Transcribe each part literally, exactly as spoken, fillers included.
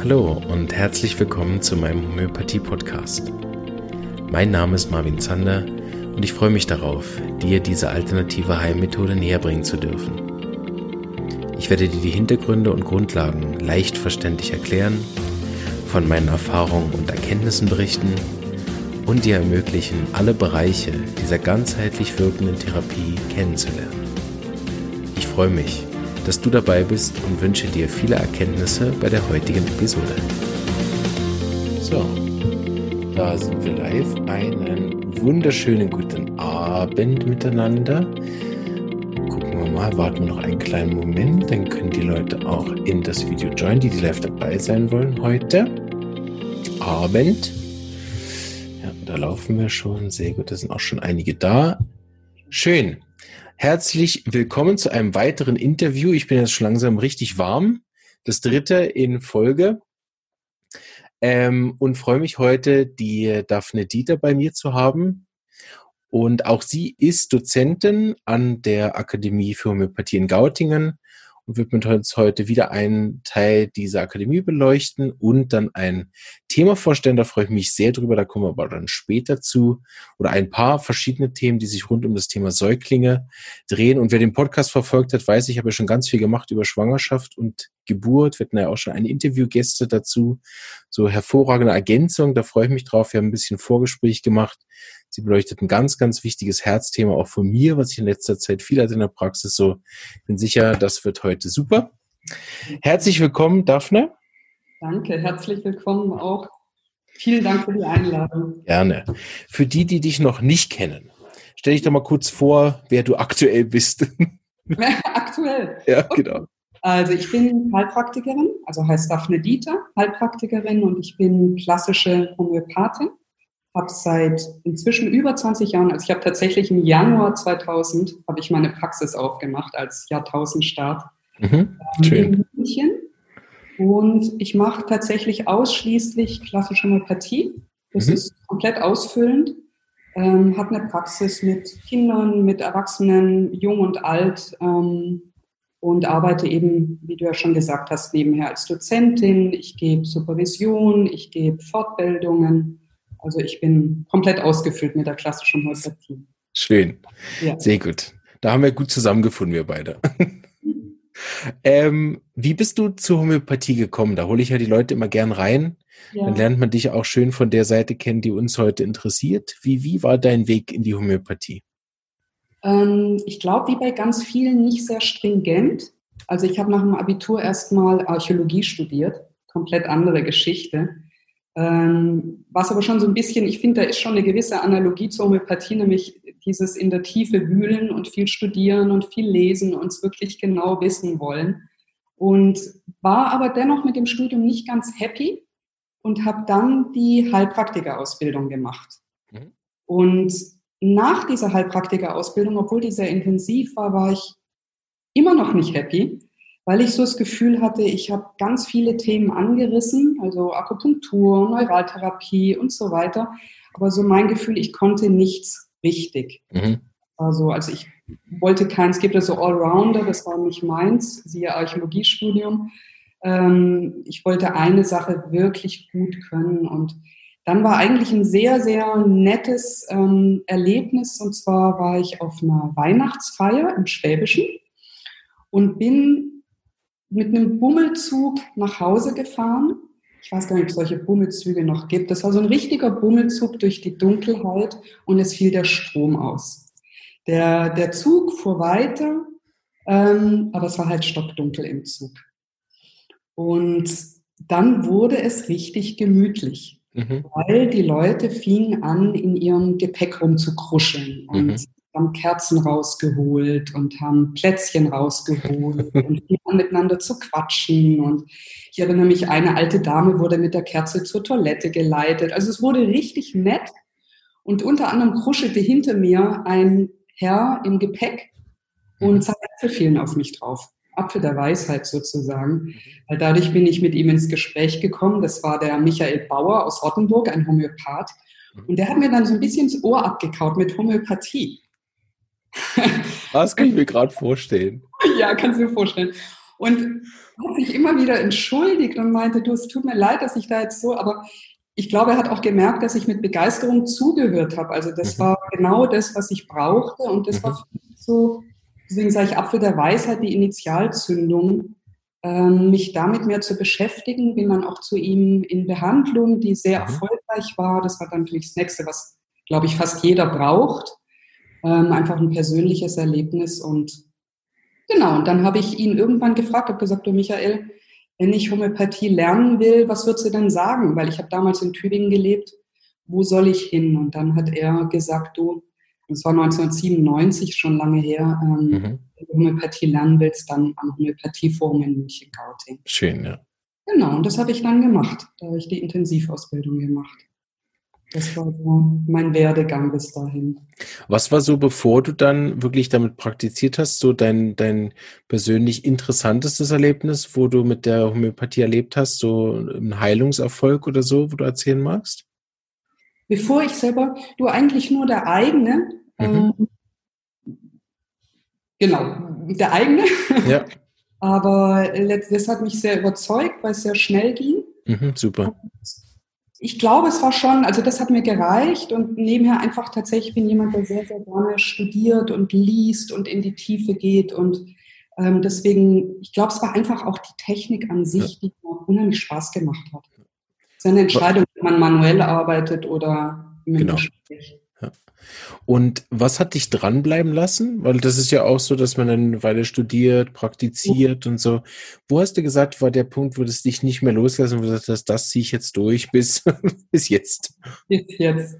Hallo und herzlich willkommen zu meinem Homöopathie-Podcast. Mein Name ist Marvin Zander und ich freue mich darauf, dir diese alternative Heilmethode näher bringen zu dürfen. Ich werde dir die Hintergründe und Grundlagen leicht verständlich erklären, von meinen Erfahrungen und Erkenntnissen berichten und dir ermöglichen, alle Bereiche dieser ganzheitlich wirkenden Therapie kennenzulernen. Ich freue mich, dass du dabei bist und wünsche dir viele Erkenntnisse bei der heutigen Episode. So, da sind wir live. Einen wunderschönen guten Abend miteinander. Gucken wir mal, warten wir noch einen kleinen Moment, dann können die Leute auch in das Video joinen, die, die live dabei sein wollen heute Abend. Ja, da laufen wir schon. Sehr gut, da sind auch schon einige da. Schön. Herzlich willkommen zu einem weiteren Interview. Ich bin jetzt schon langsam richtig warm. Das dritte in Folge. Ähm, und freue mich heute, die Daphne Dieter bei mir zu haben. Und auch sie ist Dozentin an der Akademie für Homöopathie in Gautingen und wird mit uns heute wieder einen Teil dieser Akademie beleuchten und dann ein Thema vorstellen. Da freue ich mich sehr drüber, da kommen wir aber dann später zu. Oder ein paar verschiedene Themen, die sich rund um das Thema Säuglinge drehen. Und wer den Podcast verfolgt hat, weiß, ich habe ja schon ganz viel gemacht über Schwangerschaft und Geburt. Wir hatten ja auch schon eine Interviewgäste dazu. So hervorragende Ergänzung, da freue ich mich drauf. Wir haben ein bisschen Vorgespräch gemacht. Sie beleuchtet ein ganz, ganz wichtiges Herzthema auch von mir, was ich in letzter Zeit viel hatte in der Praxis. So, ich bin sicher, das wird heute super. Herzlich willkommen, Daphne. Danke, herzlich willkommen auch. Vielen Dank für die Einladung. Gerne. Für die, die dich noch nicht kennen, stell dich doch mal kurz vor, wer du aktuell bist. Aktuell? Ja, genau. Also ich bin Heilpraktikerin, also heißt Daphne Dieter, Heilpraktikerin, und ich bin klassische Homöopathin. Habe seit inzwischen über zwanzig Jahren, also ich habe tatsächlich im Januar zweitausend, habe ich meine Praxis aufgemacht als Jahrtausendstart Mhm, schön. in München. Und ich mache tatsächlich ausschließlich klassische Homöopathie. Das Mhm. ist komplett ausfüllend. Ähm, habe eine Praxis mit Kindern, mit Erwachsenen, jung und alt, ähm, und arbeite eben, wie du ja schon gesagt hast, nebenher als Dozentin. Ich gebe Supervision, ich gebe Fortbildungen. Also ich bin komplett ausgefüllt mit der klassischen Homöopathie. Schön. Ja. Sehr gut. Da haben wir gut zusammengefunden, wir beide. ähm, wie bist du zur Homöopathie gekommen? Da hole ich ja die Leute immer gern rein. Ja. Dann lernt man dich auch schön von der Seite kennen, die uns heute interessiert. Wie, wie war dein Weg in die Homöopathie? Ähm, ich glaube, wie bei ganz vielen, nicht sehr stringent. Also ich habe nach dem Abitur erstmal Archäologie studiert. Komplett andere Geschichte. Ähm, was aber schon so ein bisschen, ich finde, da ist schon eine gewisse Analogie zur Homöopathie, nämlich dieses in der Tiefe wühlen und viel studieren und viel lesen und es wirklich genau wissen wollen. Und war aber dennoch mit dem Studium nicht ganz happy und habe dann die Heilpraktikerausbildung gemacht. Mhm. Und nach dieser Heilpraktikerausbildung, obwohl die sehr intensiv war, war ich immer noch nicht happy, weil ich so das Gefühl hatte, ich habe ganz viele Themen angerissen, also Akupunktur, Neuraltherapie und so weiter. Aber so mein Gefühl, ich konnte nichts richtig. Mhm. Also, also ich wollte keins, es gibt ja so Allrounder, das war nicht meins, siehe Archäologiestudium. Ähm, ich wollte eine Sache wirklich gut können. Und dann war eigentlich ein sehr, sehr nettes ähm, Erlebnis. Und zwar war ich auf einer Weihnachtsfeier im Schwäbischen und bin mit einem Bummelzug nach Hause gefahren. Ich weiß gar nicht, ob es solche Bummelzüge noch gibt. Das war so ein richtiger Bummelzug durch die Dunkelheit und es fiel der Strom aus. Der, der Zug fuhr weiter, ähm, aber es war halt stockdunkel im Zug. Und dann wurde es richtig gemütlich, Mhm. weil die Leute fingen an, in ihrem Gepäck rumzukruscheln und Mhm. haben Kerzen rausgeholt und haben Plätzchen rausgeholt und fingen an, miteinander zu quatschen. Und ich erinnere mich, eine alte Dame wurde mit der Kerze zur Toilette geleitet. Also es wurde richtig nett. Und unter anderem kruschelte hinter mir ein Herr im Gepäck und seine Äpfel fielen auf mich drauf. Apfel der Weisheit sozusagen. Weil dadurch bin ich mit ihm ins Gespräch gekommen. Das war der Michael Bauer aus Rottenburg, ein Homöopath. Und der hat mir dann so ein bisschen ins Ohr abgekaut mit Homöopathie. Das kann ich mir gerade vorstellen. Ja, kannst du dir vorstellen. Und hat sich immer wieder entschuldigt und meinte, du, es tut mir leid, dass ich da jetzt so, aber ich glaube, er hat auch gemerkt, dass ich mit Begeisterung zugehört habe. Also das mhm. war genau das, was ich brauchte und das mhm. war für mich so, deswegen sage ich Apfel der Weisheit, die Initialzündung, ähm, mich damit mehr zu beschäftigen, bin dann auch zu ihm in Behandlung, die sehr mhm. erfolgreich war. Das war dann natürlich das Nächste, was, glaube ich, fast jeder braucht. Ähm, einfach ein persönliches Erlebnis und genau, und dann habe ich ihn irgendwann gefragt, habe gesagt, du Michael, wenn ich Homöopathie lernen will, was würdest du denn sagen? Weil ich habe damals in Tübingen gelebt, wo soll ich hin? Und dann hat er gesagt, du, das war neunzehnhundertsiebenundneunzig, schon lange her, ähm, mhm. wenn du Homöopathie lernen willst, dann am Homöopathieforum in München-Gauting. Schön, ja. Genau, und das habe ich dann gemacht. Da habe ich die Intensivausbildung gemacht. Das war so mein Werdegang bis dahin. Was war so, bevor du dann wirklich damit praktiziert hast, so dein, dein persönlich interessantestes Erlebnis, wo du mit der Homöopathie erlebt hast, so ein Heilungserfolg oder so, wo du erzählen magst? Bevor ich selber, du eigentlich nur der eigene, mhm. ähm, genau, der eigene, ja. aber das hat mich sehr überzeugt, weil es sehr schnell ging. Mhm, super. Ich glaube, es war schon, also das hat mir gereicht und nebenher einfach tatsächlich bin jemand, der sehr, sehr gerne studiert und liest und in die Tiefe geht und ähm, deswegen, ich glaube, es war einfach auch die Technik an sich, ja. die mir unheimlich Spaß gemacht hat. Es ist eine Entscheidung, ob man manuell arbeitet oder mit genau. Gespräch. Ja. Und was hat dich dranbleiben lassen? Weil das ist ja auch so, dass man eine Weile studiert, praktiziert ja. und so. Wo hast du gesagt, war der Punkt, wo das dich nicht mehr loslassen, wo du gesagt hast, das ziehe ich jetzt durch bis, bis jetzt? Bis jetzt.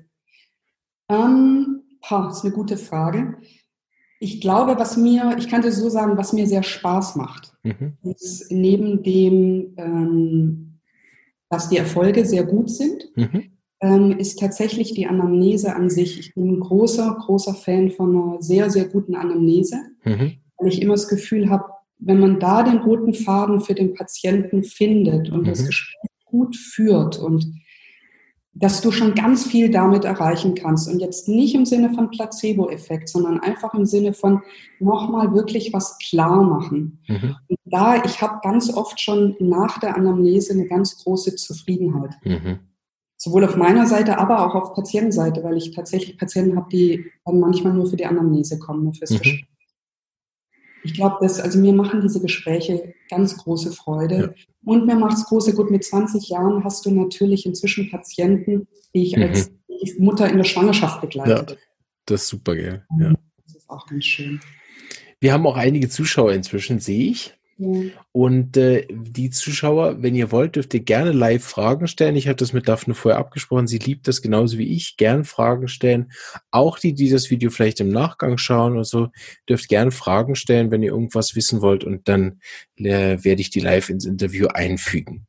Ähm, boah, das ist eine gute Frage. Ich glaube, was mir, ich kann dir so sagen, was mir sehr Spaß macht, mhm. ist neben dem, ähm, dass die Erfolge sehr gut sind, mhm. ähm, ist tatsächlich die Anamnese an sich. Ich bin ein großer, großer Fan von einer sehr, sehr guten Anamnese, mhm. weil ich immer das Gefühl habe, wenn man da den roten Faden für den Patienten findet und mhm. das Gespräch gut führt und dass du schon ganz viel damit erreichen kannst und jetzt nicht im Sinne von Placebo-Effekt, sondern einfach im Sinne von nochmal wirklich was klar machen. Mhm. Und da, ich habe ganz oft schon nach der Anamnese eine ganz große Zufriedenheit. Mhm. Sowohl auf meiner Seite, aber auch auf Patientenseite, weil ich tatsächlich Patienten habe, die dann manchmal nur für die Anamnese kommen, nur fürs mhm. Gespräch. Ich glaube, dass, also mir machen diese Gespräche ganz große Freude. Ja. Und mir macht es große, gut, mit zwanzig Jahren hast du natürlich inzwischen Patienten, die ich mhm. als Mutter in der Schwangerschaft begleitet. Ja, das ist super, gell? Ja. Das ist auch ganz schön. Wir haben auch einige Zuschauer inzwischen, sehe ich. Ja. Und äh, die Zuschauer, wenn ihr wollt, dürft ihr gerne live Fragen stellen. Ich habe das mit Daphne vorher abgesprochen. Sie liebt das genauso wie ich. Gern Fragen stellen. Auch die, die das Video vielleicht im Nachgang schauen oder so, dürft gerne Fragen stellen, wenn ihr irgendwas wissen wollt. Und dann äh, werde ich die live ins Interview einfügen.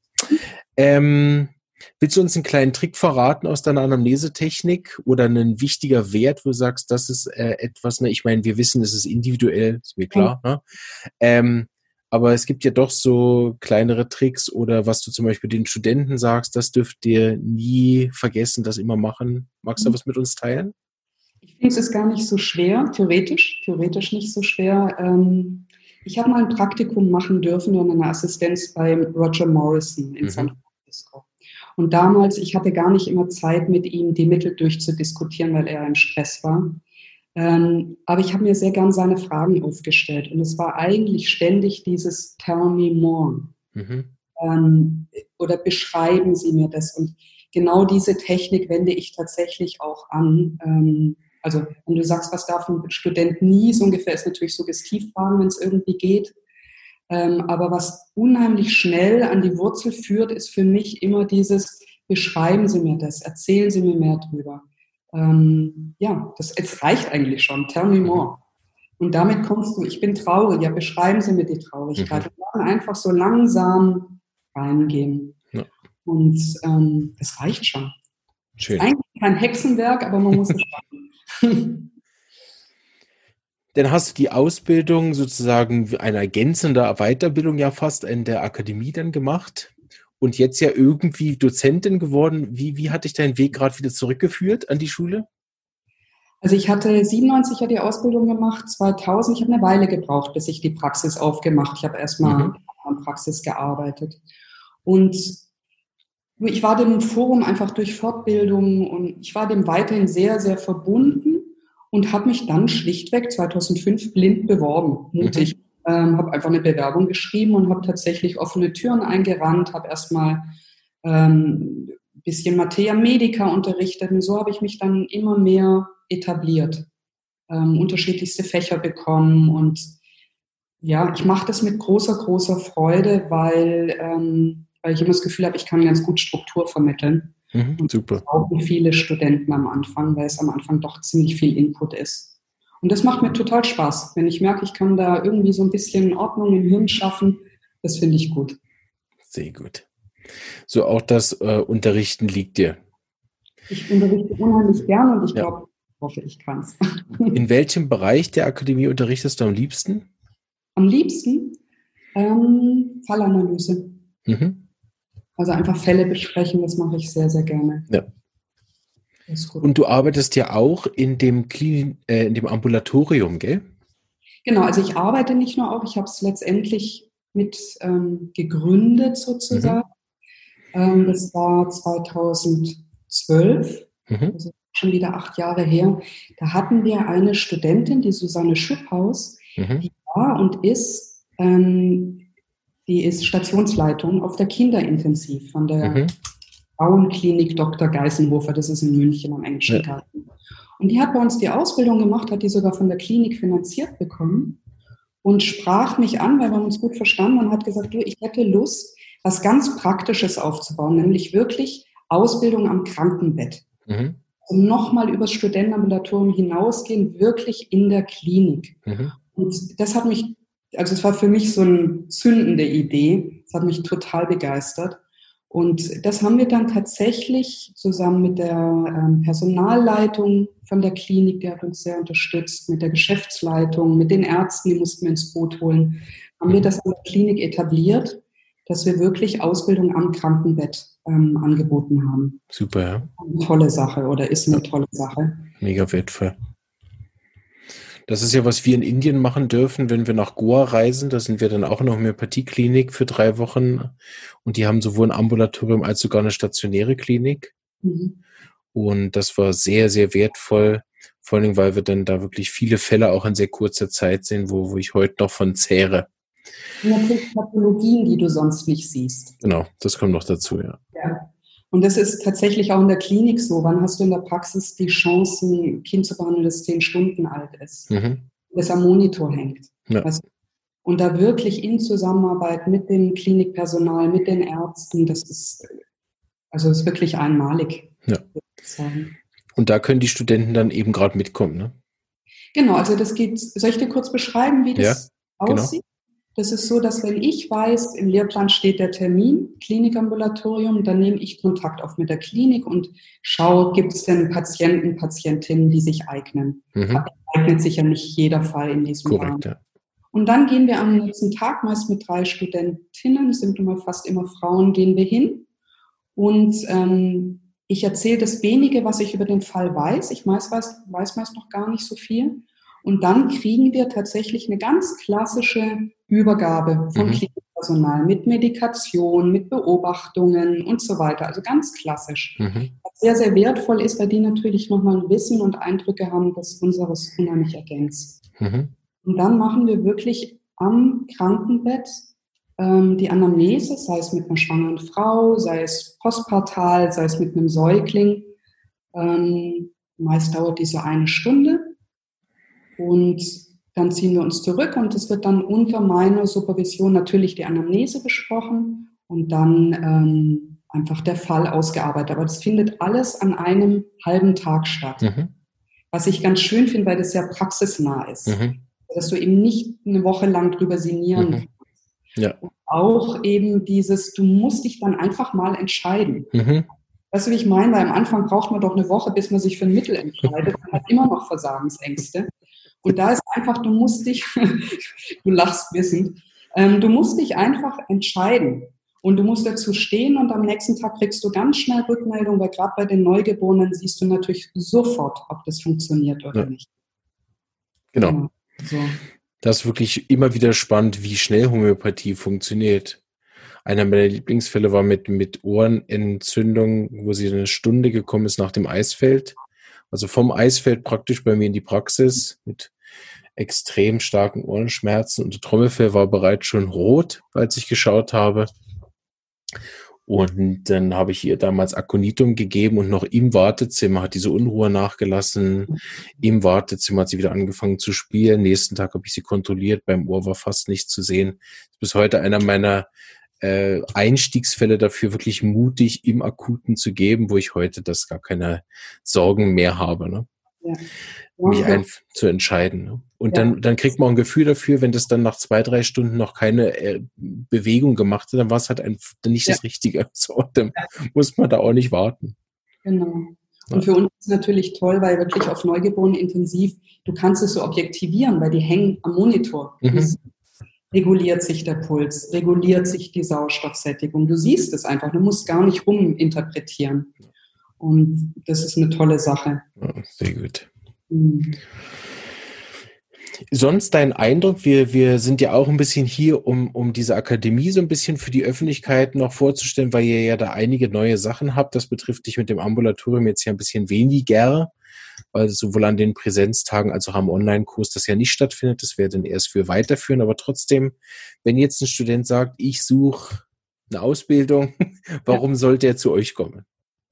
Ähm, willst du uns einen kleinen Trick verraten aus deiner Anamnesetechnik oder ein wichtiger Wert, wo du sagst, das ist äh, etwas, ne? Ich meine, wir wissen, es ist individuell, ist mir klar. Ja. Ne? Ähm, Aber es gibt ja doch so kleinere Tricks oder was du zum Beispiel den Studenten sagst, das dürft ihr nie vergessen, das immer machen. Magst du was mit uns teilen? Ich finde es gar nicht so schwer, theoretisch, theoretisch nicht so schwer. Ich habe mal ein Praktikum machen dürfen und eine Assistenz bei Roger Morrison in mhm. San Francisco. Und damals, ich hatte gar nicht immer Zeit, mit ihm die Mittel durchzudiskutieren, weil er im Stress war. Ähm, aber ich habe mir sehr gern seine Fragen aufgestellt und es war eigentlich ständig dieses Tell me more mhm. ähm, oder beschreiben Sie mir das und genau diese Technik wende ich tatsächlich auch an. Ähm, also wenn du sagst, was darf ein Student nie, so ungefähr ist natürlich Suggestivfragen, wenn es irgendwie geht, ähm, aber was unheimlich schnell an die Wurzel führt, ist für mich immer dieses beschreiben Sie mir das, erzählen Sie mir mehr drüber. Ähm, ja, das, es reicht eigentlich schon. Tell me more. Und damit kommst du, ich bin traurig, ja, beschreiben Sie mir die Traurigkeit. Mhm. Und dann einfach so langsam reingehen. Ja. Und ähm, das reicht schon. Schön. Eigentlich kein Hexenwerk, aber man muss es schaffen. Dann hast du die Ausbildung sozusagen eine ergänzende Weiterbildung ja fast in der Akademie dann gemacht. Und jetzt ja irgendwie Dozentin geworden. Wie, wie hat dich dein Weg gerade wieder zurückgeführt an die Schule? Also ich hatte siebenundneunzig ja die Ausbildung gemacht, zweitausend, ich habe eine Weile gebraucht, bis ich die Praxis aufgemacht. Ich habe erstmal Mhm. an Praxis gearbeitet. Und ich war dem Forum einfach durch Fortbildung und ich war dem weiterhin sehr, sehr verbunden und habe mich dann schlichtweg zweitausendfünf blind beworben, mutig. Mhm. Ähm, habe einfach eine Bewerbung geschrieben und habe tatsächlich offene Türen eingerannt, habe erstmal ähm, ein bisschen Materia Medica unterrichtet und so habe ich mich dann immer mehr etabliert, ähm, unterschiedlichste Fächer bekommen und ja, ich mache das mit großer, großer Freude, weil, ähm, weil ich immer das Gefühl habe, ich kann ganz gut Struktur vermitteln. Mhm, und super. Das brauchen viele Studenten am Anfang, weil es am Anfang doch ziemlich viel Input ist. Und das macht mir total Spaß, wenn ich merke, ich kann da irgendwie so ein bisschen Ordnung im Hirn schaffen. Das finde ich gut. Sehr gut. So auch das äh, Unterrichten liegt dir. Ich unterrichte unheimlich gern und ich Ja. glaube, ich hoffe, ich kann es. In welchem Bereich der Akademie unterrichtest du am liebsten? Am liebsten ähm, Fallanalyse. Mhm. Also einfach Fälle besprechen, das mache ich sehr, sehr gerne. Ja. Das ist gut. Und du arbeitest ja auch in dem, Klin äh, in dem Ambulatorium, gell? Genau, also ich arbeite nicht nur auch, ich habe es letztendlich mit ähm, gegründet sozusagen. Mhm. Ähm, das war zweitausendzwölf, mhm. also schon wieder acht Jahre her. Da hatten wir eine Studentin, die Susanne Schüpphaus, mhm. die war und ist, ähm, die ist Stationsleitung auf der Kinderintensiv von der mhm. Frauenklinik Doktor Geißenhofer, das ist in München am Englischen Garten. Ja. Und die hat bei uns die Ausbildung gemacht, hat die sogar von der Klinik finanziert bekommen und sprach mich an, weil wir uns gut verstanden und hat gesagt, du, ich hätte Lust, was ganz Praktisches aufzubauen, nämlich wirklich Ausbildung am Krankenbett. Mhm. Also nochmal übers Studentenambulatorium hinausgehen, wirklich in der Klinik. Mhm. Und das hat mich, also es war für mich so eine zündende Idee, das hat mich total begeistert. Und das haben wir dann tatsächlich zusammen mit der ähm, Personalleitung von der Klinik, die hat uns sehr unterstützt, mit der Geschäftsleitung, mit den Ärzten, die mussten wir ins Boot holen, haben wir das an der Klinik etabliert, dass wir wirklich Ausbildung am Krankenbett ähm, angeboten haben. Super, ja. Eine tolle Sache oder ist eine ja. tolle Sache. Mega wertvoll. Das ist ja, was wir in Indien machen dürfen, wenn wir nach Goa reisen. Da sind wir dann auch in einer Homöopathieklinik für drei Wochen. Und die haben sowohl ein Ambulatorium als sogar eine stationäre Klinik. Mhm. Und das war sehr, sehr wertvoll. Vor allem, weil wir dann da wirklich viele Fälle auch in sehr kurzer Zeit sehen, wo, wo ich heute noch von zehre. Und natürlich Pathologien, die du sonst nicht siehst. Genau, das kommt noch dazu, ja. Ja. Und das ist tatsächlich auch in der Klinik so. Wann hast du in der Praxis die Chance, ein Kind zu behandeln, das zehn Stunden alt ist, mhm. das am Monitor hängt? Ja. Also, und da wirklich in Zusammenarbeit mit dem Klinikpersonal, mit den Ärzten, das ist, also ist wirklich einmalig. Ja. Und da können die Studenten dann eben gerade mitkommen, ne? Genau, also das geht, soll ich dir kurz beschreiben, wie das ja, aussieht? Genau. Das ist so, dass wenn ich weiß, im Lehrplan steht der Termin, Klinikambulatorium, dann nehme ich Kontakt auf mit der Klinik und schaue, gibt es denn Patienten, Patientinnen, die sich eignen. Mhm. Da eignet sich ja nicht jeder Fall in diesem Korrekt, Rahmen. Ja. Und dann gehen wir am nächsten Tag, meist mit drei Studentinnen, sind immer fast immer Frauen, gehen wir hin. Und ähm, ich erzähle das wenige, was ich über den Fall weiß. Ich weiß, weiß, weiß meist noch gar nicht so viel. Und dann kriegen wir tatsächlich eine ganz klassische Übergabe vom mhm. Klinikpersonal mit Medikation, mit Beobachtungen und so weiter. Also ganz klassisch. Mhm. Was sehr, sehr wertvoll ist, weil die natürlich nochmal ein Wissen und Eindrücke haben, das unseres unheimlich ergänzt. Mhm. Und dann machen wir wirklich am Krankenbett ähm, die Anamnese, sei es mit einer schwangeren Frau, sei es postpartal, sei es mit einem Säugling. Ähm, meist dauert die so eine Stunde. Und dann ziehen wir uns zurück und es wird dann unter meiner Supervision natürlich die Anamnese besprochen und dann ähm, einfach der Fall ausgearbeitet. Aber das findet alles an einem halben Tag statt. Mhm. Was ich ganz schön finde, weil das ja praxisnah ist. Mhm. Dass du eben nicht eine Woche lang drüber sinnieren kannst. Mhm. Ja. Und auch eben dieses, du musst dich dann einfach mal entscheiden. Mhm. Weißt du, wie ich meine? Weil am Anfang braucht man doch eine Woche, bis man sich für ein Mittel entscheidet. Man hat immer noch Versagensängste. Und da ist einfach, du musst dich, du lachst wissend, ähm, du musst dich einfach entscheiden. Und du musst dazu stehen und am nächsten Tag kriegst du ganz schnell Rückmeldung, weil gerade bei den Neugeborenen siehst du natürlich sofort, ob das funktioniert oder ja. nicht. Genau. genau. So. Das ist wirklich immer wieder spannend, wie schnell Homöopathie funktioniert. Einer meiner Lieblingsfälle war mit, mit Ohrenentzündung, wo sie eine Stunde gekommen ist nach dem Eisfeld. Also vom Eisfeld praktisch bei mir in die Praxis mit extrem starken Ohrenschmerzen und der Trommelfell war bereits schon rot, als ich geschaut habe. Und dann habe ich ihr damals Aconitum gegeben und noch im Wartezimmer hat diese Unruhe nachgelassen. Im Wartezimmer hat sie wieder angefangen zu spielen. Nächsten Tag habe ich sie kontrolliert. Beim Ohr war fast nichts zu sehen. Das ist bis heute einer meiner äh, Einstiegsfälle dafür, wirklich mutig im Akuten zu geben, wo ich heute das gar keine Sorgen mehr habe, ne? Ja. Mich ja. ein zu entscheiden. Ne? Und ja. dann, dann kriegt man ein Gefühl dafür, wenn das dann nach zwei, drei Stunden noch keine äh, Bewegung gemacht hat, dann war es halt ein, nicht ja. das Richtige. So, dann ja. muss man da auch nicht warten. Genau. Und ja. für uns ist es natürlich toll, weil wirklich auf Neugeborenen intensiv, du kannst es so objektivieren, weil die hängen am Monitor. Mhm. Reguliert sich der Puls, reguliert sich die Sauerstoffsättigung. Du siehst es einfach, du musst gar nicht ruminterpretieren. Und das ist eine tolle Sache. Ja, sehr gut. Mhm. Sonst dein Eindruck, wir, wir sind ja auch ein bisschen hier, um, um diese Akademie so ein bisschen für die Öffentlichkeit noch vorzustellen, weil ihr ja da einige neue Sachen habt. Das betrifft dich mit dem Ambulatorium jetzt ja ein bisschen weniger, weil sowohl an den Präsenztagen als auch am Online-Kurs das ja nicht stattfindet. Das wäre dann erst für weiterführen. Aber trotzdem, wenn jetzt ein Student sagt, ich suche eine Ausbildung, warum ja. sollte er zu euch kommen?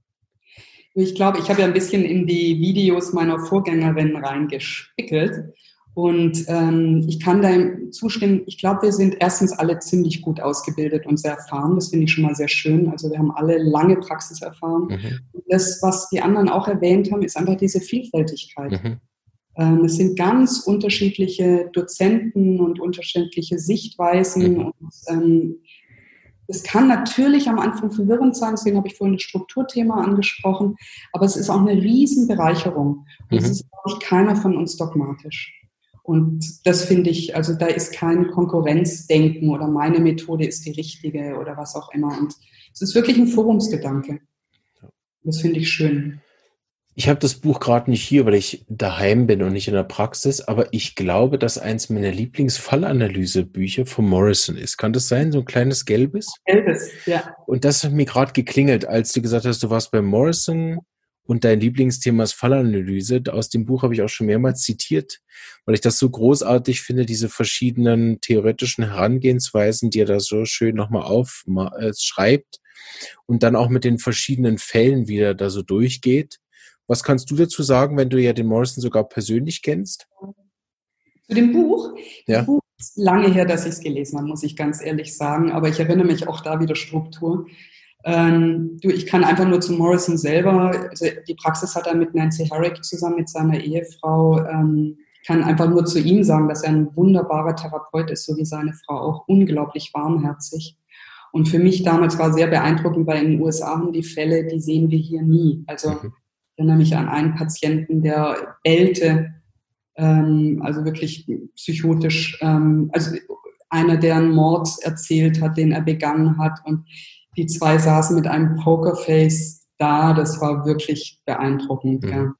Ich glaube, ich habe ja ein bisschen in die Videos meiner Vorgängerin reingespickelt und ähm, ich kann da zustimmen. Ich glaube, wir sind erstens alle ziemlich gut ausgebildet und sehr erfahren. Das finde ich schon mal sehr schön. Also wir haben alle lange Praxiserfahrung. Mhm. Und das, was die anderen auch erwähnt haben, ist einfach diese Vielfältigkeit. Mhm. Ähm, es sind ganz unterschiedliche Dozenten und unterschiedliche Sichtweisen mhm. und ähm, es kann natürlich am Anfang verwirrend sein, deswegen habe ich vorhin das Strukturthema angesprochen, aber es ist auch eine Riesenbereicherung. Und mhm. es ist, glaube ich, keiner von uns dogmatisch. Und das finde ich, also da ist kein Konkurrenzdenken oder meine Methode ist die richtige oder was auch immer. Und es ist wirklich ein Forumsgedanke. Das finde ich schön. Ich habe das Buch gerade nicht hier, weil ich daheim bin und nicht in der Praxis, aber ich glaube, dass eins meiner Lieblingsfallanalysebücher von Morrison ist. Kann das sein? So ein kleines gelbes? Gelbes, ja. Und das hat mir gerade geklingelt, als du gesagt hast, du warst bei Morrison und dein Lieblingsthema ist Fallanalyse. Aus dem Buch habe ich auch schon mehrmals zitiert, weil ich das so großartig finde, diese verschiedenen theoretischen Herangehensweisen, die er da so schön nochmal aufschreibt und dann auch mit den verschiedenen Fällen, wie er da so durchgeht. Was kannst du dazu sagen, wenn du ja den Morrison sogar persönlich kennst? Zu dem Buch? Ja. Das Buch ist lange her, dass ich es gelesen habe, muss ich ganz ehrlich sagen. Aber ich erinnere mich auch da wieder Struktur. Ähm, du, ich kann einfach nur zu Morrison selber, also die Praxis hat er mit Nancy Herrick zusammen mit seiner Ehefrau. Ähm, ich kann einfach nur zu ihm sagen, dass er ein wunderbarer Therapeut ist, so wie seine Frau auch, unglaublich warmherzig. Und für mich damals war sehr beeindruckend, weil in den U S A haben die Fälle, die sehen wir hier nie. Also mhm. Ich erinnere mich an einen Patienten, der bellte, ähm, also wirklich psychotisch, ähm, also einer, der einen Mord erzählt hat, den er begangen hat und die zwei saßen mit einem Pokerface da, das war wirklich beeindruckend. Mhm. Ja.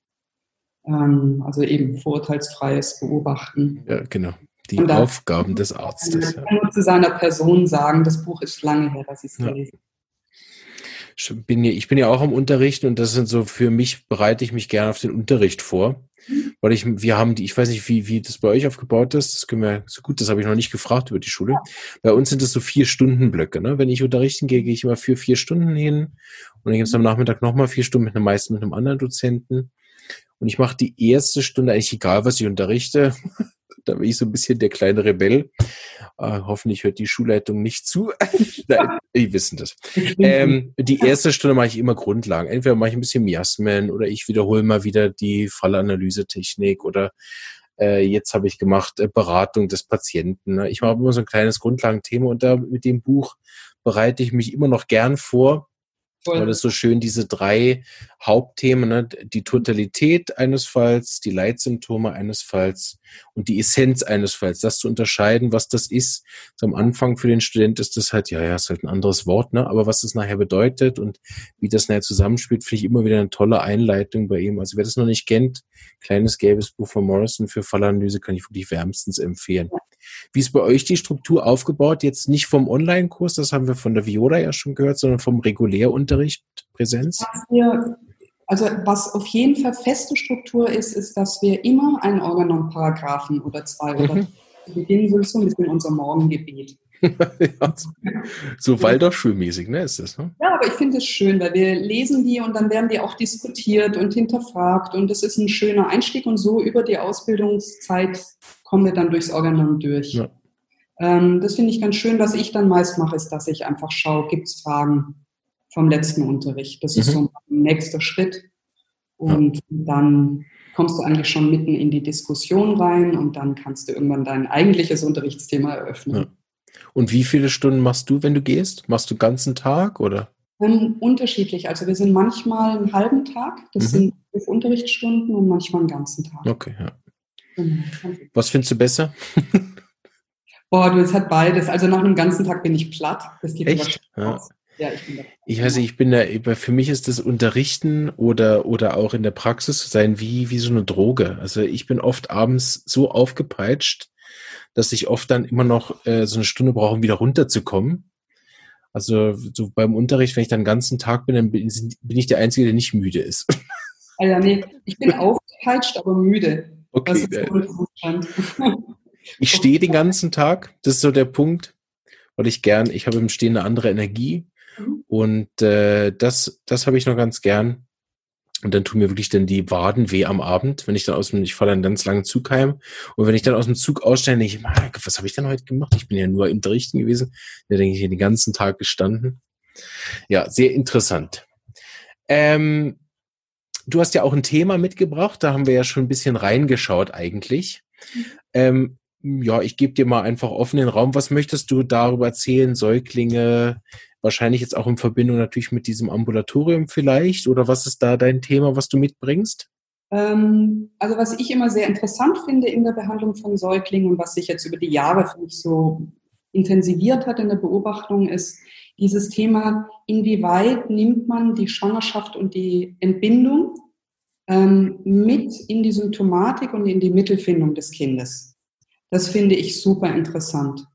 Ähm, also eben vorurteilsfreies Beobachten. Ja, genau. Die da, Aufgaben des Arztes. Ich kann ja. nur zu seiner Person sagen, das Buch ist lange her, dass ich es ja. gelesen habe. Ich bin, ja, ich bin ja auch am Unterrichten und das sind so, für mich bereite ich mich gerne auf den Unterricht vor, mhm. weil ich, wir haben die, ich weiß nicht, wie, wie das bei euch aufgebaut ist, das können wir, so gut, das habe ich noch nicht gefragt über die Schule. Ja. Bei uns sind es so vier Stunden Blöcke, ne? Wenn ich unterrichten gehe, gehe ich immer für vier Stunden hin und dann gibt es am Nachmittag nochmal vier Stunden mit einem, meist mit einem anderen Dozenten und ich mache die erste Stunde eigentlich egal, was ich unterrichte. Da bin ich so ein bisschen der kleine Rebell. Äh, hoffentlich hört die Schulleitung nicht zu. Nein, die wissen das. Ähm, die erste Stunde mache ich immer Grundlagen. Entweder mache ich ein bisschen Miasmen oder ich wiederhole mal wieder die Fallanalyse-Technik oder äh, jetzt habe ich gemacht äh, Beratung des Patienten. Ne? Ich mache immer so ein kleines Grundlagenthema und da mit dem Buch bereite ich mich immer noch gern vor, Aber das ist so schön, diese drei Hauptthemen, ne? Die Totalität eines Falls, die Leitsymptome eines Falls und die Essenz eines Falls. Das zu unterscheiden, was das ist. So am Anfang für den Student ist das halt, ja, ja, ist halt ein anderes Wort, ne? Aber was das nachher bedeutet und wie das nachher zusammenspielt, finde ich immer wieder eine tolle Einleitung bei ihm. Also wer das noch nicht kennt, kleines gelbes Buch von Morrison für Fallanalyse kann ich wirklich wärmstens empfehlen. Wie ist bei euch die Struktur aufgebaut? Jetzt nicht vom Online-Kurs, das haben wir von der Viola ja schon gehört, sondern vom Regulärunterricht, Präsenz? Was wir, also was auf jeden Fall feste Struktur ist, ist, dass wir immer einen Organon-Paragraphen oder zwei oder Mhm. zu Beginn so ein bisschen unser Morgengebet. Ja, so Waldorfschulmäßig, ne, ist das, ne? Ja, aber ich finde es schön, weil wir lesen die und dann werden die auch diskutiert und hinterfragt und das ist ein schöner Einstieg und so über die Ausbildungszeit kommen wir dann durchs Organon durch. Ja. Ähm, das finde ich ganz schön. Was ich dann meist mache, ist, dass ich einfach schaue, gibt es Fragen vom letzten Unterricht. Das ist Mhm. so ein nächster Schritt und Ja. dann kommst du eigentlich schon mitten in die Diskussion rein und dann kannst du irgendwann dein eigentliches Unterrichtsthema eröffnen. Ja. Und wie viele Stunden machst du, wenn du gehst? Machst du ganzen Tag oder? Ähm, unterschiedlich. Also wir sind manchmal einen halben Tag, das Mhm. sind fünf Unterrichtsstunden und manchmal einen ganzen Tag. Okay, ja. Genau. Was findest du besser? Boah, du, es hat beides. Also nach einem ganzen Tag bin ich platt. Das geht Echt? Ja. Ja, ich bin da. Ich weiß nicht, ich bin da, für mich ist das Unterrichten oder, oder auch in der Praxis sein wie, wie so eine Droge. Also ich bin oft abends so aufgepeitscht, dass ich oft dann immer noch äh, so eine Stunde brauche, um wieder runterzukommen. Also so beim Unterricht, wenn ich dann den ganzen Tag bin, dann bin, bin ich der Einzige, der nicht müde ist. Also nee, ich bin aufgepeitscht, aber müde. Okay, Das ist äh, so ein Zustand. ich stehe den ganzen Tag, das ist so der Punkt, weil ich gern, ich habe im Stehen eine andere Energie Mhm. und äh, das, das habe ich noch ganz gern. Und dann tun mir wirklich dann die Waden weh am Abend, wenn ich dann aus dem, ich fahre dann einen ganz langen Zug heim und wenn ich dann aus dem Zug aussteige, denke ich, Mann, was habe ich denn heute gemacht? Ich bin ja nur im Unterrichten gewesen. Da denke ich, hier den ganzen Tag gestanden. Ja, sehr interessant. Ähm, du hast ja auch ein Thema mitgebracht, da haben wir ja schon ein bisschen reingeschaut eigentlich. Ähm, ja, ich gebe dir mal einfach offenen Raum. Was möchtest du darüber erzählen? Säuglinge, wahrscheinlich jetzt auch in Verbindung natürlich mit diesem Ambulatorium vielleicht? Oder was ist da dein Thema, was du mitbringst? Ähm, also was ich immer sehr interessant finde in der Behandlung von Säuglingen und was sich jetzt über die Jahre für mich so intensiviert hat in der Beobachtung, ist dieses Thema, inwieweit nimmt man die Schwangerschaft und die Entbindung ähm, mit in die Symptomatik und in die Mittelfindung des Kindes. Das finde ich super interessant.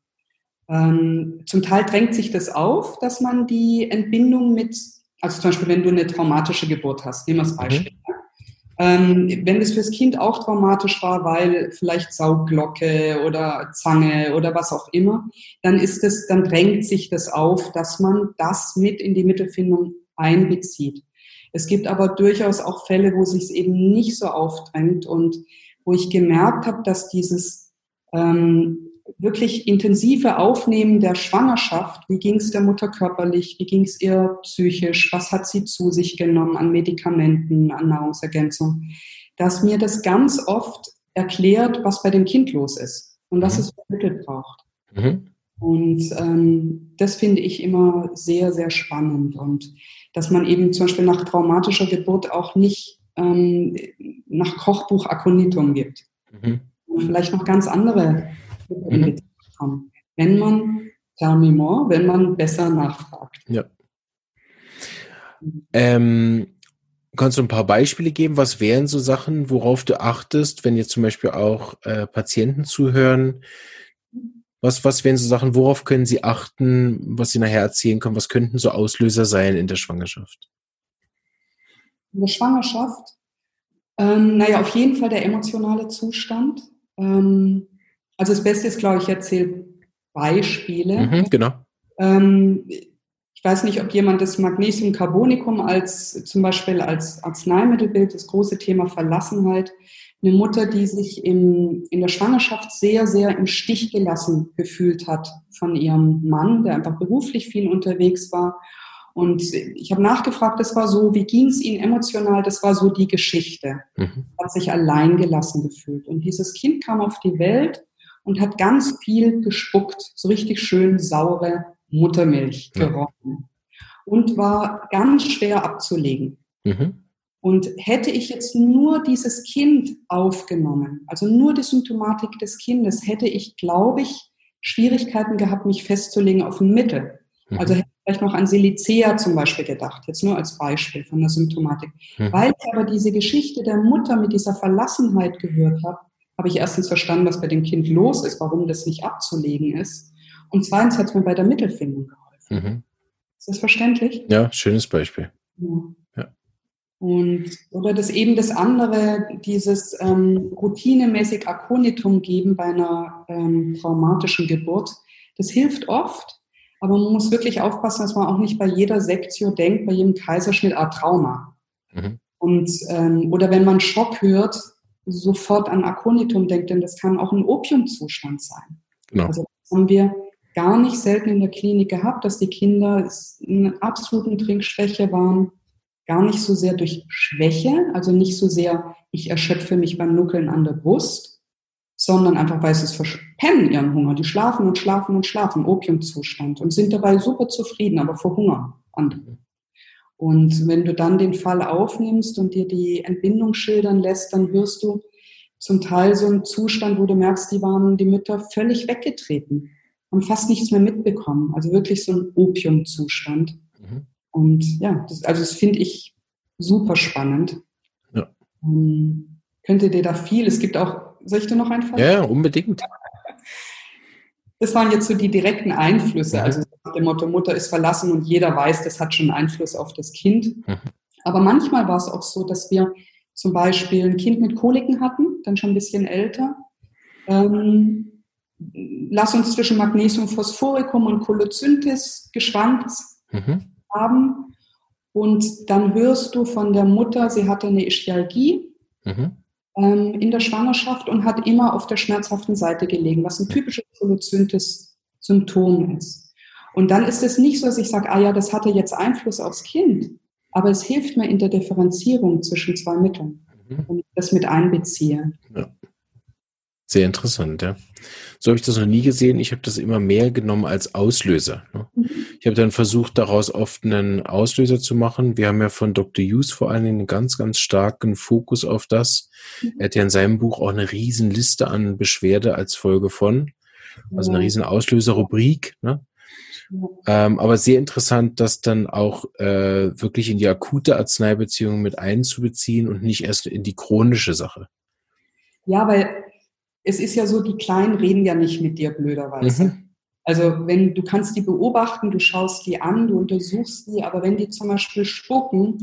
Ähm, zum Teil drängt sich das auf, dass man die Entbindung mit, also zum Beispiel, wenn du eine traumatische Geburt hast, nehmen wir das Beispiel. Mhm. Ähm, wenn es fürs Kind auch traumatisch war, weil vielleicht Saugglocke oder Zange oder was auch immer, dann ist es, dann drängt sich das auf, dass man das mit in die Mittelfindung einbezieht. Es gibt aber durchaus auch Fälle, wo es sich eben nicht so aufdrängt und wo ich gemerkt habe, dass dieses ähm, wirklich intensive Aufnehmen der Schwangerschaft, wie ging es der Mutter körperlich, wie ging es ihr psychisch, was hat sie zu sich genommen an Medikamenten, an Nahrungsergänzung, dass mir das ganz oft erklärt, was bei dem Kind los ist und was Mhm. es vermittelt braucht. Mhm. Und ähm, das finde ich immer sehr, sehr spannend und dass man eben zum Beispiel nach traumatischer Geburt auch nicht ähm, nach Kochbuch Aconitum gibt. Mhm. Und vielleicht noch ganz andere in Mhm. Betracht kommen, wenn man, tell me more, wenn man besser nachfragt. Ja. Ähm, kannst du ein paar Beispiele geben? Was wären so Sachen, worauf du achtest, wenn jetzt zum Beispiel auch äh, Patienten zuhören? Was, was wären so Sachen, worauf können sie achten, was sie nachher erzählen können? Was könnten so Auslöser sein in der Schwangerschaft? In der Schwangerschaft, ähm, naja, auf jeden Fall der emotionale Zustand. Ähm, also das Beste ist, glaube ich, ich erzähle Beispiele. Mhm, genau. Ähm, ich weiß nicht, ob jemand das Magnesiumcarbonicum als zum Beispiel als Arzneimittelbild, das große Thema Verlassenheit. Eine Mutter, die sich im, in der Schwangerschaft sehr, sehr im Stich gelassen gefühlt hat von ihrem Mann, der einfach beruflich viel unterwegs war. Und ich habe nachgefragt, das war so, wie ging es Ihnen emotional? Das war so die Geschichte. Mhm. Hat sich allein gelassen gefühlt. Und dieses Kind kam auf die Welt und hat ganz viel gespuckt, so richtig schön saure Muttermilch Ja. gerochen. und war ganz schwer abzulegen. Mhm. Und hätte ich jetzt nur dieses Kind aufgenommen, also nur die Symptomatik des Kindes, hätte ich, glaube ich, Schwierigkeiten gehabt, mich festzulegen auf ein Mittel. Mhm. Also hätte ich vielleicht noch an Silicea zum Beispiel gedacht, jetzt nur als Beispiel von der Symptomatik. Mhm. Weil ich aber diese Geschichte der Mutter mit dieser Verlassenheit gehört habe, habe ich erstens verstanden, was bei dem Kind los ist, warum das nicht abzulegen ist. Und zweitens hat es mir bei der Mittelfindung geholfen. Mhm. Ist das verständlich? Ja, schönes Beispiel. Ja. Ja. Und, oder das eben das andere, dieses ähm, routinemäßig Aconitum geben bei einer ähm, traumatischen Geburt, das hilft oft, aber man muss wirklich aufpassen, dass man auch nicht bei jeder Sektio denkt, bei jedem Kaiserschnitt, ah, Trauma. Mhm. Und, ähm, oder wenn man Schock hört, sofort an Aconitum denkt, denn das kann auch ein Opiumzustand sein. Genau. Also das haben wir gar nicht selten in der Klinik gehabt, dass die Kinder in einer absoluten Trinkschwäche waren, gar nicht so sehr durch Schwäche, also nicht so sehr, ich erschöpfe mich beim Nuckeln an der Brust, sondern einfach, weil sie es verpennen, ihren Hunger. Die schlafen und schlafen und schlafen, Opiumzustand und sind dabei super zufrieden, aber verhungern andere. Und wenn du dann den Fall aufnimmst und dir die Entbindung schildern lässt, dann wirst du zum Teil so einen Zustand, wo du merkst, die waren die Mütter völlig weggetreten, haben fast nichts mehr mitbekommen. Also wirklich so ein Opiumzustand. Mhm. Und ja, das, also das finde ich super spannend. Ja. Ähm, könnte dir da viel, es gibt auch, soll ich dir noch einfallen? Ja, unbedingt. Das waren jetzt so die direkten Einflüsse. Mhm. Also nach dem Motto, Mutter ist verlassen und jeder weiß, das hat schon Einfluss auf das Kind. Mhm. Aber manchmal war es auch so, dass wir zum Beispiel ein Kind mit Koliken hatten, dann schon ein bisschen älter. Ähm, lass uns zwischen Magnesium, Phosphoricum und Cholozynthis geschwankt mhm. haben. Und dann hörst du von der Mutter, sie hatte eine Ischialgie mhm. ähm, in der Schwangerschaft und hat immer auf der schmerzhaften Seite gelegen, was ein typisches Cholozynthis-Symptom ist. Und dann ist es nicht so, dass ich sage, ah ja, das hatte jetzt Einfluss aufs Kind, aber es hilft mir in der Differenzierung zwischen zwei Mitteln, mhm. wenn ich das mit einbeziehe. Ja. Sehr interessant, ja. So habe ich das noch nie gesehen. Ich habe das immer mehr genommen als Auslöser. Ne? Mhm. Ich habe dann versucht, daraus oft einen Auslöser zu machen. Wir haben ja von Doktor Hughes vor allen Dingen einen ganz, ganz starken Fokus auf das. Mhm. Er hat ja in seinem Buch auch eine riesen Liste an Beschwerde als Folge von. Also eine riesen Auslöserrubrik. Ne? Ja. Ähm, aber sehr interessant, das dann auch äh, wirklich in die akute Arzneibeziehung mit einzubeziehen und nicht erst in die chronische Sache. Ja, weil es ist ja so, die Kleinen reden ja nicht mit dir blöderweise. Mhm. Also wenn du kannst die beobachten, du schaust die an, du untersuchst die, aber wenn die zum Beispiel spucken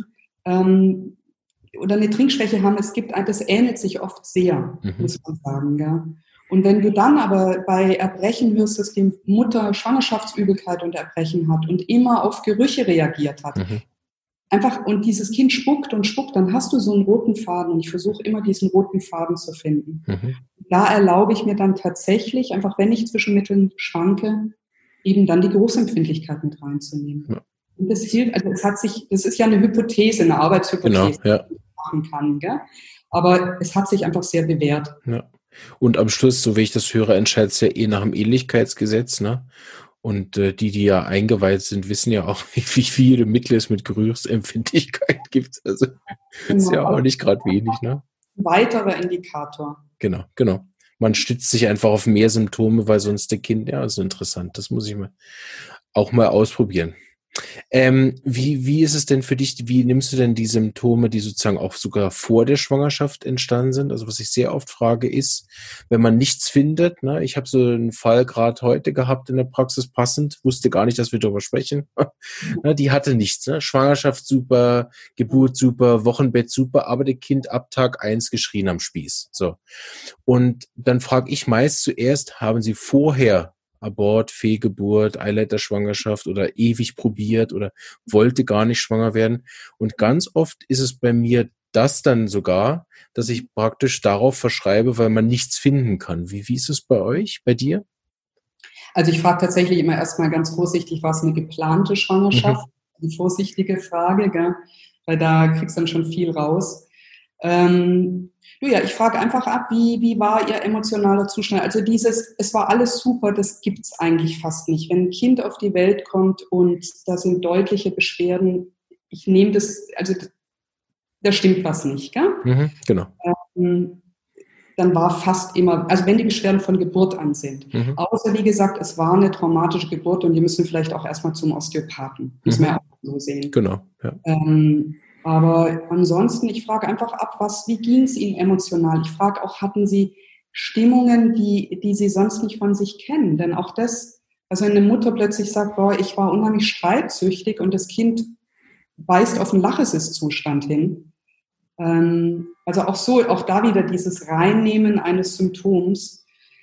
ähm, oder eine Trinkschwäche haben, es gibt, das ähnelt sich oft sehr, mhm. muss man sagen. Ja. Und wenn du dann aber bei Erbrechen hörst, dass die Mutter Schwangerschaftsübelkeit und Erbrechen hat und immer auf Gerüche reagiert hat, mhm. einfach, und dieses Kind spuckt und spuckt, dann hast du so einen roten Faden und ich versuche immer diesen roten Faden zu finden. Mhm. Da erlaube ich mir dann tatsächlich, einfach wenn ich zwischen Mitteln schwanke, eben dann die Geruchsempfindlichkeit mit reinzunehmen. Ja. Und das hilft, also es hat sich, das ist ja eine Hypothese, eine Arbeitshypothese, genau, ja. die man machen kann, gell? Aber es hat sich einfach sehr bewährt. Ja. Und am Schluss, so wie ich das höre, entscheidet es ja eh nach dem Ähnlichkeitsgesetz, ne? Und äh, die, die ja eingeweiht sind, wissen ja auch, wie, wie viele Mittel es mit Geruchsempfindlichkeit gibt. Also genau. Ist ja auch nicht gerade wenig, ne? Ein weiterer Indikator. Genau, genau. Man stützt sich einfach auf mehr Symptome, weil sonst der Kind, ja, ist interessant. Das muss ich mal auch mal ausprobieren. Ähm, wie, wie ist es denn für dich, wie nimmst du denn die Symptome, die sozusagen auch sogar vor der Schwangerschaft entstanden sind? Also was ich sehr oft frage ist, wenn man nichts findet, ne, ich habe so einen Fall gerade heute gehabt in der Praxis passend, wusste gar nicht, dass wir darüber sprechen, ne, die hatte nichts, ne? Schwangerschaft super, Geburt super, Wochenbett super, aber das Kind ab Tag eins geschrien am Spieß. So. Und dann frage ich meist zuerst, haben Sie vorher Abort, Fehlgeburt, Eileiterschwangerschaft oder ewig probiert oder wollte gar nicht schwanger werden. Und ganz oft ist es bei mir das dann sogar, dass ich praktisch darauf verschreibe, weil man nichts finden kann. Wie, wie ist es bei euch, bei dir? Also ich frage tatsächlich immer erstmal ganz vorsichtig, war es eine geplante Schwangerschaft? Mhm. Eine vorsichtige Frage, gell? Weil da kriegst du dann schon viel raus. Ähm, ja, ich frage einfach ab, wie, wie war Ihr emotionaler Zustand? Also dieses, es war alles super, das gibt's eigentlich fast nicht. Wenn ein Kind auf die Welt kommt und da sind deutliche Beschwerden, ich nehme das, also da stimmt was nicht, gell? Mhm, genau. Ähm, dann war fast immer, also wenn die Beschwerden von Geburt an sind. Mhm. Außer, wie gesagt, es war eine traumatische Geburt und die müssen vielleicht auch erstmal zum Osteopathen. Müssen Mhm. wir auch so sehen. Genau, ja. Ähm, aber ansonsten, ich frage einfach ab, was, wie ging es Ihnen emotional? Ich frage auch, hatten Sie Stimmungen, die, die Sie sonst nicht von sich kennen? Denn auch das, also eine Mutter plötzlich sagt, boah, ich war unheimlich streitsüchtig und das Kind weist auf einen Lachesis-Zustand hin. Ähm, also auch so, auch da wieder dieses Reinnehmen eines Symptoms.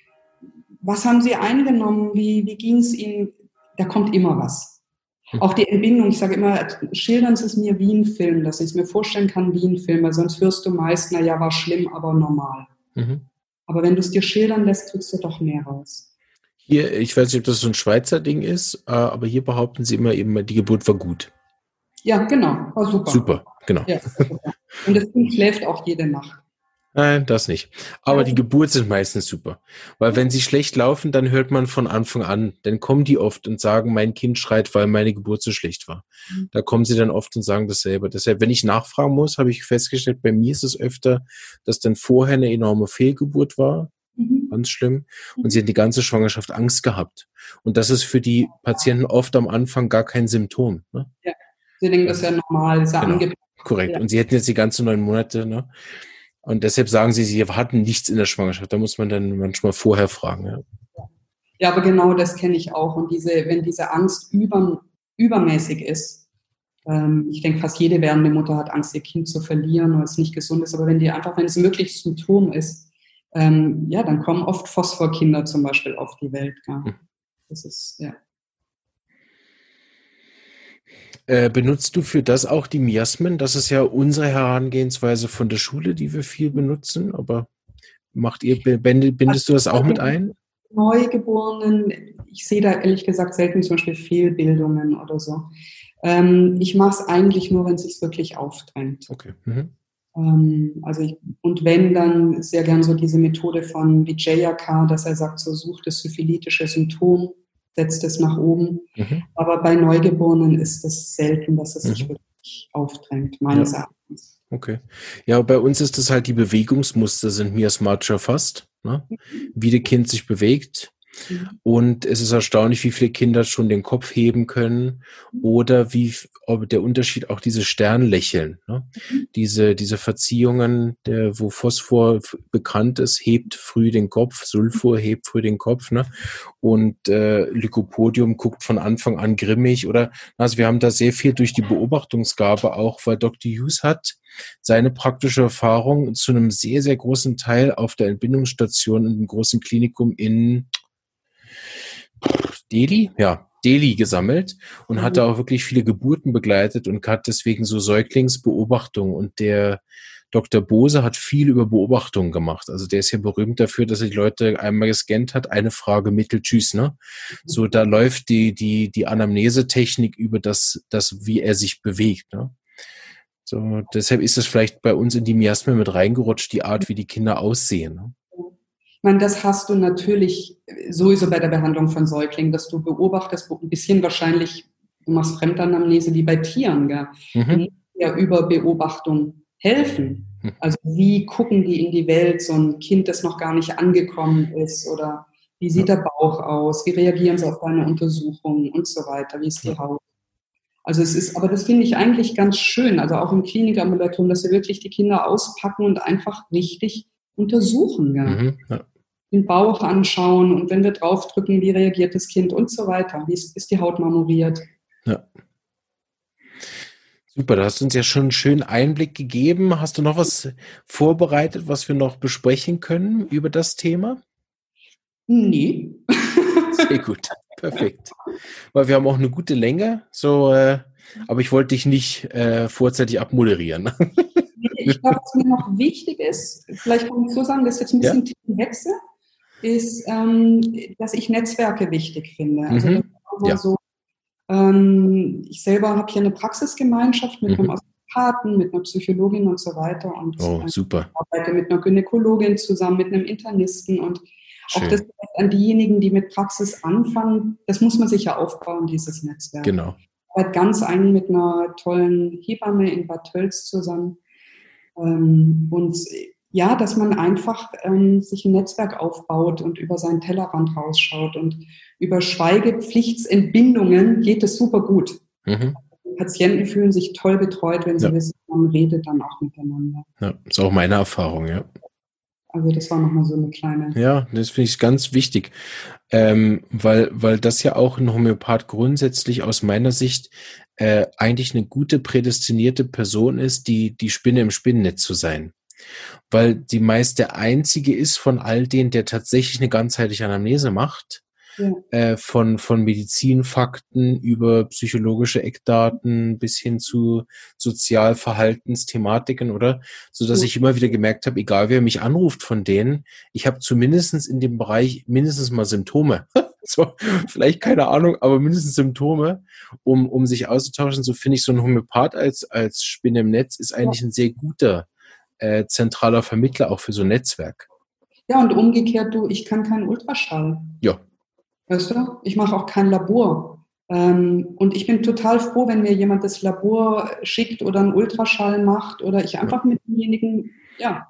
Was haben Sie eingenommen? Wie, wie ging es Ihnen? Da kommt immer was. Auch die Entbindung, ich sage immer, schildern Sie es mir wie ein Film, dass ich es mir vorstellen kann wie ein Film, weil sonst hörst du meist, na ja, war schlimm, aber normal. Mhm. Aber wenn du es dir schildern lässt, kriegst du doch mehr raus. Hier, ich weiß nicht, ob das so ein Schweizer Ding ist, aber hier behaupten sie immer eben, die Geburt war gut. Ja, genau, war super. Super, genau. Ja, super. Und das Kind schläft auch jede Nacht. Nein, das nicht. Aber ja, die Geburt sind meistens super. Weil wenn sie schlecht laufen, dann hört man von Anfang an, dann kommen die oft und sagen, mein Kind schreit, weil meine Geburt so schlecht war. Mhm. Da kommen sie dann oft und sagen das selber. Deshalb, wenn ich nachfragen muss, habe ich festgestellt, bei mir ist es öfter, dass dann vorher eine enorme Fehlgeburt war. Mhm. Ganz schlimm. Und sie hat die ganze Schwangerschaft Angst gehabt. Und das ist für die Patienten oft am Anfang gar kein Symptom. Ne? Ja, sie denken, das ist ja normal, das ist ja genau. angepasst. Korrekt. Ja. Und sie hätten jetzt die ganzen neun Monate, ne? Und deshalb sagen sie, sie hatten nichts in der Schwangerschaft. Da muss man dann manchmal vorher fragen. Ja, ja, aber genau das kenne ich auch. Und diese, wenn diese Angst über, übermäßig ist, ähm, ich denke, fast jede werdende Mutter hat Angst, ihr Kind zu verlieren oder es nicht gesund ist. Aber wenn die einfach, wenn es wirklich Symptom ist, ähm, ja, dann kommen oft Phosphorkinder zum Beispiel auf die Welt. Ja. Das ist, ja. Äh, benutzt du für das auch die Miasmen? Das ist ja unsere Herangehensweise von der Schule, die wir viel benutzen. Aber macht ihr, bindest du das auch mit ein? Neugeborenen, ich sehe da ehrlich gesagt selten zum Beispiel Fehlbildungen oder so. Ähm, ich mache es eigentlich nur, wenn es sich wirklich aufdrängt. Okay. Mhm. Ähm, also ich, und wenn, dann sehr gern so diese Methode von Vijayaka, dass er sagt, so sucht das syphilitische Symptom, setzt es nach oben. Mhm. Aber bei Neugeborenen ist es selten, dass es mhm. sich wirklich aufdrängt, meines ja. Erachtens. Okay. Ja, bei uns ist das halt, die Bewegungsmuster sind miasmatisch erfasst, ne? Wie das Kind sich bewegt. Mhm. Und es ist erstaunlich, wie viele Kinder schon den Kopf heben können oder wie ob der Unterschied auch diese Sternlächeln, ne? Mhm. Diese, diese Verziehungen, der, wo Phosphor bekannt ist, hebt früh den Kopf, Sulfur hebt früh den Kopf, ne? Und äh, Lycopodium guckt von Anfang an grimmig oder, also wir haben da sehr viel durch die Beobachtungsgabe auch, weil Doktor Hughes hat seine praktische Erfahrung zu einem sehr, sehr großen Teil auf der Entbindungsstation in einem großen Klinikum in Delhi, ja, Delhi gesammelt und mhm. hat da auch wirklich viele Geburten begleitet und hat deswegen so Säuglingsbeobachtungen. Und der Doktor Bose hat viel über Beobachtungen gemacht. Also der ist ja berühmt dafür, dass er die Leute einmal gescannt hat, eine Frage mittel, tschüss, ne? So, da läuft die, die, die Anamnesetechnik über das, das, wie er sich bewegt, ne? So, deshalb ist es vielleicht bei uns in die Miasmen mit reingerutscht, die Art, wie die Kinder aussehen, ne? Ich meine, das hast du natürlich sowieso bei der Behandlung von Säuglingen, dass du beobachtest, ein bisschen wahrscheinlich, du machst Fremdanamnese wie bei Tieren, gell? Mhm. Du musst ja über Beobachtung helfen. Also wie gucken die in die Welt, so ein Kind, das noch gar nicht angekommen ist, oder wie sieht der Bauch aus, wie reagieren sie auf deine Untersuchungen und so weiter, wie ist die Haut. Also es ist, aber das finde ich eigentlich ganz schön, also auch im Klinikambulatorium, dass wir wirklich die Kinder auspacken und einfach richtig untersuchen, ja. Mhm, ja. Den Bauch anschauen und wenn wir draufdrücken, wie reagiert das Kind und so weiter. Wie ist, ist die Haut marmoriert? Ja. Super, da hast du uns ja schon einen schönen Einblick gegeben. Hast du noch was vorbereitet, was wir noch besprechen können über das Thema? Nee. Sehr gut, perfekt. Weil wir haben auch eine gute Länge, so, äh, aber ich wollte dich nicht äh, vorzeitig abmoderieren. Ich glaube, was mir noch wichtig ist, vielleicht kann ich so sagen, das ist jetzt ein bisschen ja. Themenwechsel, ist, ähm, dass ich Netzwerke wichtig finde. Also mhm. das ist ja. so, ähm, ich selber habe hier eine Praxisgemeinschaft mit mhm. einem Homöopathen, mit einer Psychologin und so weiter. Und Oh, äh, super. ich arbeite mit einer Gynäkologin zusammen, mit einem Internisten und Schön. auch das an diejenigen, die mit Praxis anfangen, das muss man sich ja aufbauen, dieses Netzwerk. Genau. Ich arbeite ganz eng mit einer tollen Hebamme in Bad Tölz zusammen. Ähm, und ja, dass man einfach ähm, sich ein Netzwerk aufbaut und über seinen Tellerrand rausschaut. Und über Schweigepflichtsentbindungen geht es super gut. Mhm. Die Patienten fühlen sich toll betreut, wenn sie Ja. wissen, man redet dann auch miteinander. Ja, ist auch meine Erfahrung, ja. Also das war nochmal so eine kleine... Ja, das finde ich ganz wichtig, ähm, weil, weil das ja auch ein Homöopath grundsätzlich aus meiner Sicht äh, eigentlich eine gute, prädestinierte Person ist, die die Spinne im Spinnennetz zu sein. Weil die meist der einzige ist von all denen, der tatsächlich eine ganzheitliche Anamnese macht, Ja. äh, von, von Medizinfakten über psychologische Eckdaten bis hin zu Sozialverhaltensthematiken, oder? So dass Ja. ich immer wieder gemerkt habe, egal wer mich anruft von denen, ich habe zumindestens in dem Bereich mindestens mal Symptome. So, vielleicht keine Ahnung, aber mindestens Symptome, um, um sich auszutauschen. So finde ich, so ein Homöopath als, als Spinne im Netz ist eigentlich ein sehr guter äh, zentraler Vermittler auch für so ein Netzwerk. Ja, und umgekehrt, du, ich kann keinen Ultraschall. Ja. Weißt du? Ich mache auch kein Labor. Ähm, und ich bin total froh, wenn mir jemand das Labor schickt oder einen Ultraschall macht oder ich einfach mit demjenigen, ja,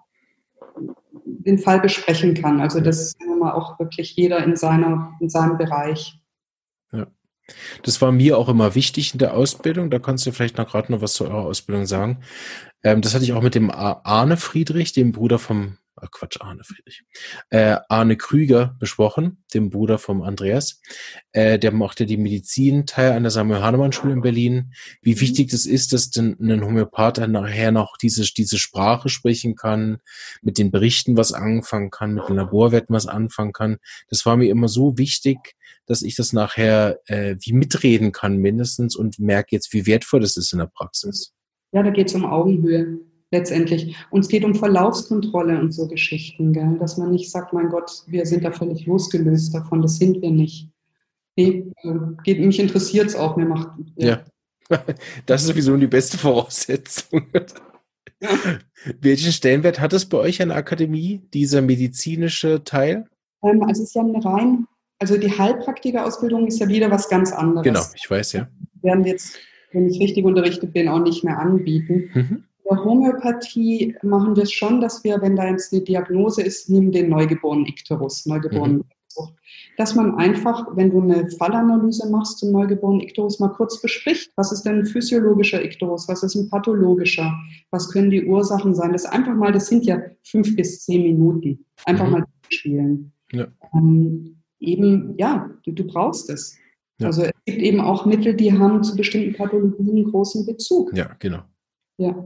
den Fall besprechen kann. Also das ist immer auch wirklich jeder in seiner, in seinem Bereich. Ja. Das war mir auch immer wichtig in der Ausbildung. Da kannst du vielleicht noch gerade noch was zu eurer Ausbildung sagen. Ähm, das hatte ich auch mit dem Arne Friedrich, dem Bruder vom, ach Quatsch, Arne Friedrich, äh, Arne Krüger besprochen, dem Bruder vom Andreas. Äh, der machte die Medizin-Teil an der Samuel-Hahnemann-Schule in Berlin. Wie wichtig das ist, dass denn ein Homöopath dann nachher noch diese, diese Sprache sprechen kann, mit den Berichten was anfangen kann, mit den Laborwerten was anfangen kann. Das war mir immer so wichtig, dass ich das nachher äh, wie mitreden kann mindestens und merke jetzt, wie wertvoll das ist in der Praxis. Ja, da geht es um Augenhöhe letztendlich. Und es geht um Verlaufskontrolle und so Geschichten, gell? Dass man nicht sagt, mein Gott, wir sind da völlig losgelöst davon, das sind wir nicht. Nee, geht, mich interessiert es auch. Mir macht, ja. ja, das ist sowieso die beste Voraussetzung. Ja. Welchen Stellenwert hat es bei euch an der Akademie, dieser medizinische Teil? Ähm, also es ist ja eine rein, also die Heilpraktikerausbildung ist ja wieder was ganz anderes. Genau, ich weiß, ja. Wir werden jetzt, wenn ich richtig unterrichtet bin, auch nicht mehr anbieten. Mhm. In der Homöopathie machen wir es schon, dass wir, wenn da jetzt eine Diagnose ist, nehmen den neugeborenen Ikterus, neugeborenen mhm. Ikterus, dass man einfach, wenn du eine Fallanalyse machst zum neugeborenen Ikterus, mal kurz bespricht, was ist denn ein physiologischer Ikterus, was ist ein pathologischer, was können die Ursachen sein. Das einfach mal, das sind ja fünf bis zehn Minuten, einfach mhm. mal spielen. Ja. Ähm, eben, ja, du, du brauchst es. Ja. Also es gibt eben auch Mittel, die haben zu bestimmten Pathologien einen großen Bezug. Ja, genau. Ja.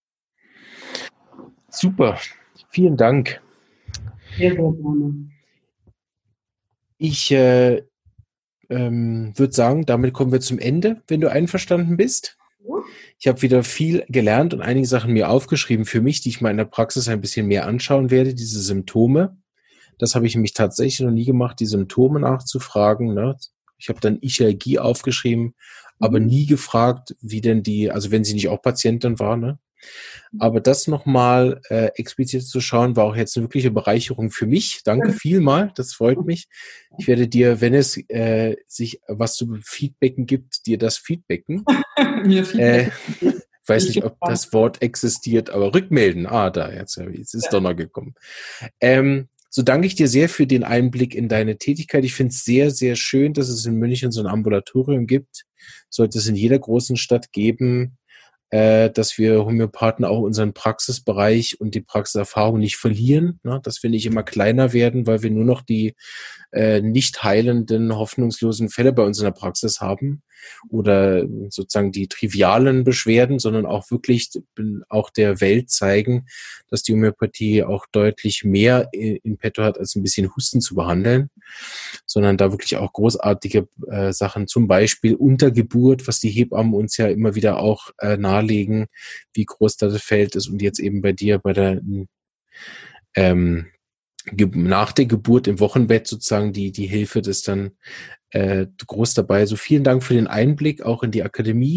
Super, vielen Dank. Sehr, sehr gerne. Ich äh, ähm, würde sagen, damit kommen wir zum Ende, wenn du einverstanden bist. Ja. Ich habe wieder viel gelernt und einige Sachen mir aufgeschrieben für mich, die ich mal in der Praxis ein bisschen mehr anschauen werde, diese Symptome. Das habe ich nämlich tatsächlich noch nie gemacht, die Symptome nachzufragen. Ne? Ich habe dann Ichalgie aufgeschrieben, aber nie gefragt, wie denn die, also wenn sie nicht auch Patientin war, ne? Aber das nochmal äh, explizit zu schauen, war auch jetzt eine wirkliche Bereicherung für mich. Danke vielmal, das freut mich. Ich werde dir, wenn es äh, sich was zu feedbacken gibt, dir das feedbacken. Mir feedbacken. Äh, weiß nicht, ob das Wort existiert, aber rückmelden. Ah, da, jetzt, jetzt ist ja. Donner gekommen. Ähm, So danke ich dir sehr für den Einblick in deine Tätigkeit. Ich finde es sehr, sehr schön, dass es in München so ein Ambulatorium gibt. Sollte es in jeder großen Stadt geben, äh, dass wir Homöopathen auch unseren Praxisbereich und die Praxiserfahrung nicht verlieren, ne? Dass wir nicht immer kleiner werden, weil wir nur noch die äh, nicht heilenden, hoffnungslosen Fälle bei uns in der Praxis haben oder sozusagen die trivialen Beschwerden, sondern auch wirklich auch der Welt zeigen, dass die Homöopathie auch deutlich mehr in petto hat, als ein bisschen Husten zu behandeln, sondern da wirklich auch großartige äh, Sachen, zum Beispiel Untergeburt, was die Hebammen uns ja immer wieder auch äh, nahelegen, wie groß das Feld ist und jetzt eben bei dir bei der ähm, nach der Geburt im Wochenbett sozusagen die die Hilfe, das dann äh, groß dabei. So vielen Dank für den Einblick auch in die Akademie,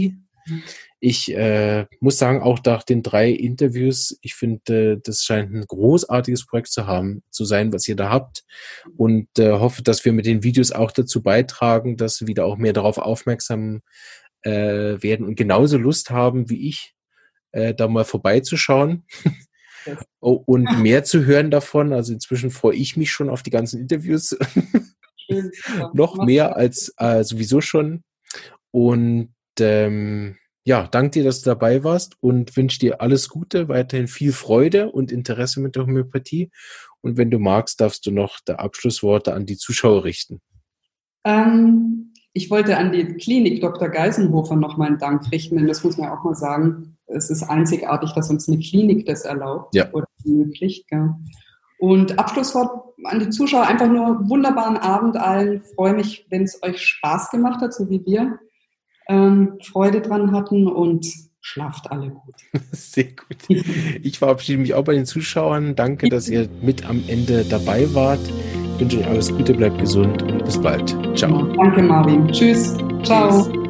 Ich äh, muss sagen, auch nach den drei Interviews, ich finde, äh, das scheint ein großartiges Projekt zu haben, zu sein, was ihr da habt. Und äh, hoffe, dass wir mit den Videos auch dazu beitragen, dass wieder auch mehr darauf aufmerksam äh, werden und genauso Lust haben wie ich, äh, da mal vorbeizuschauen. Oh, und mehr zu hören davon. Also inzwischen freue ich mich schon auf die ganzen Interviews. Schön, ja. Noch mehr als äh, sowieso schon. Und ähm, ja, danke dir, dass du dabei warst und wünsche dir alles Gute, weiterhin viel Freude und Interesse mit der Homöopathie. Und wenn du magst, darfst du noch die Abschlussworte an die Zuschauer richten. Ähm, ich wollte an die Klinik Doktor Geisenhofer noch mal einen Dank richten, denn das muss man auch mal sagen. Es ist einzigartig, dass uns eine Klinik das erlaubt ja. oder ermöglicht. Ja. Und Abschlusswort an die Zuschauer, einfach nur wunderbaren Abend allen. Ich freue mich, wenn es euch Spaß gemacht hat, so wie wir ähm, Freude dran hatten und schlaft alle gut. Sehr gut. Ich verabschiede mich auch bei den Zuschauern. Danke, dass ihr mit am Ende dabei wart. Ich wünsche euch alles Gute, bleibt gesund und bis bald. Ciao. Danke, Marvin. Tschüss. Ciao. Tschüss.